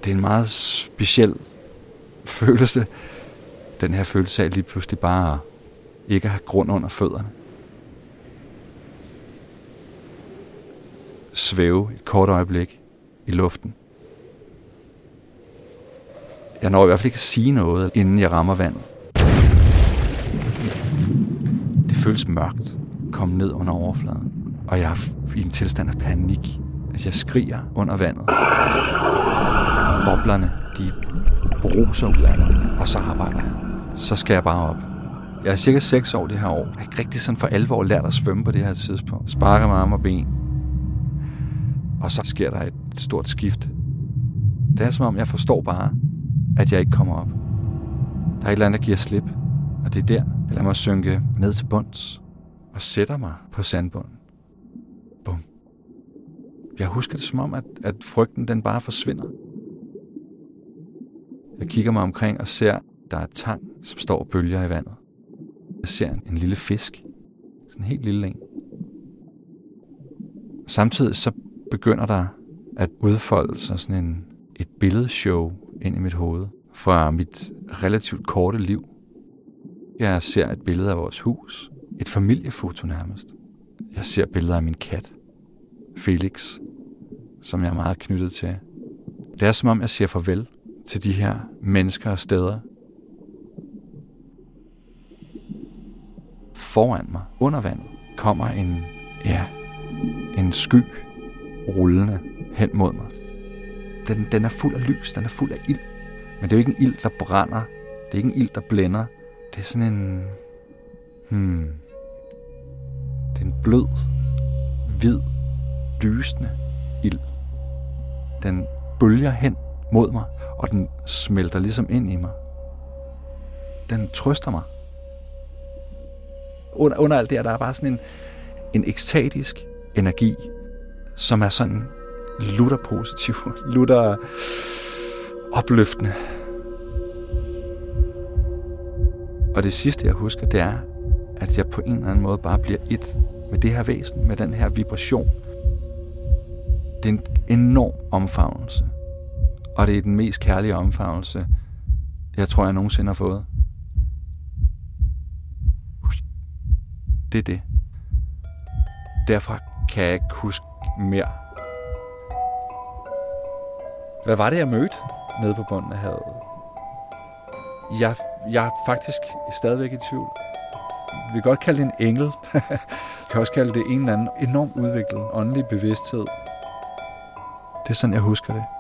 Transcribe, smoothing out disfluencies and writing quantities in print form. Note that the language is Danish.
Det er en meget speciel følelse. Den her følelse af lige pludselig bare ikke at have grund under fødderne. Svæve et kort øjeblik i luften. Jeg når i hvert fald ikke at sige noget, inden jeg rammer vandet. Det føles mørkt. Kom ned under overfladen. Og jeg er i en tilstand af panik. Jeg skriger under vandet. Boblerne, de bruser ud af mig. Og så arbejder jeg. Så skal jeg bare op. Jeg er cirka 6 år det her år. Jeg har ikke rigtig sådan for alvor lært at svømme på det her tidspunkt. Sparker med arme og ben. Og så sker der et stort skift. Det er som om, jeg forstår bare, at jeg ikke kommer op. Der er et eller andet, der giver slip. Og det er der, jeg lader mig synke ned til bunds. Og sætter mig på sandbunden. Bum. Jeg husker det som om, at frygten den bare forsvinder. Jeg kigger mig omkring og ser, der er tang, som står og bølger i vandet. Jeg ser en lille fisk. Sådan en helt lille en. Samtidig så begynder der at udfolde sig sådan et billedshow ind i mit hoved fra mit relativt korte liv. Jeg ser et billede af vores hus. Et familiefoto nærmest. Jeg ser billeder af min kat, Felix, som jeg er meget knyttet til. Det er som om, jeg siger farvel til de her mennesker og steder. Foran mig, under vandet, kommer en sky rullende hen mod mig. Den er fuld af lys, den er fuld af ild. Men det er jo ikke en ild, der brænder. Det er ikke en ild, der blænder. Det er sådan en... Det er en blød, hvid, lysende ild. Den bølger hen mod mig, og den smelter ligesom ind i mig. Den trøster mig. Under alt det her, der er bare sådan en ekstatisk energi, som er sådan lutter positiv, lutter opløftende. Og det sidste, jeg husker, det er, at jeg på en eller anden måde bare bliver et med det her væsen, med den her vibration. Det er en enorm omfavnelse. Og det er den mest kærlige omfavnelse, jeg tror, jeg nogensinde har fået. Det er det. Derfra kan jeg ikke huske mere. Hvad var det, jeg mødte nede på bunden af havet? Jeg er faktisk stadigvæk i tvivl. Vi kan godt kalde det en engel. Vi kan også kalde det en eller anden enormt udviklet åndelig bevidsthed. Det er sådan, jeg husker det.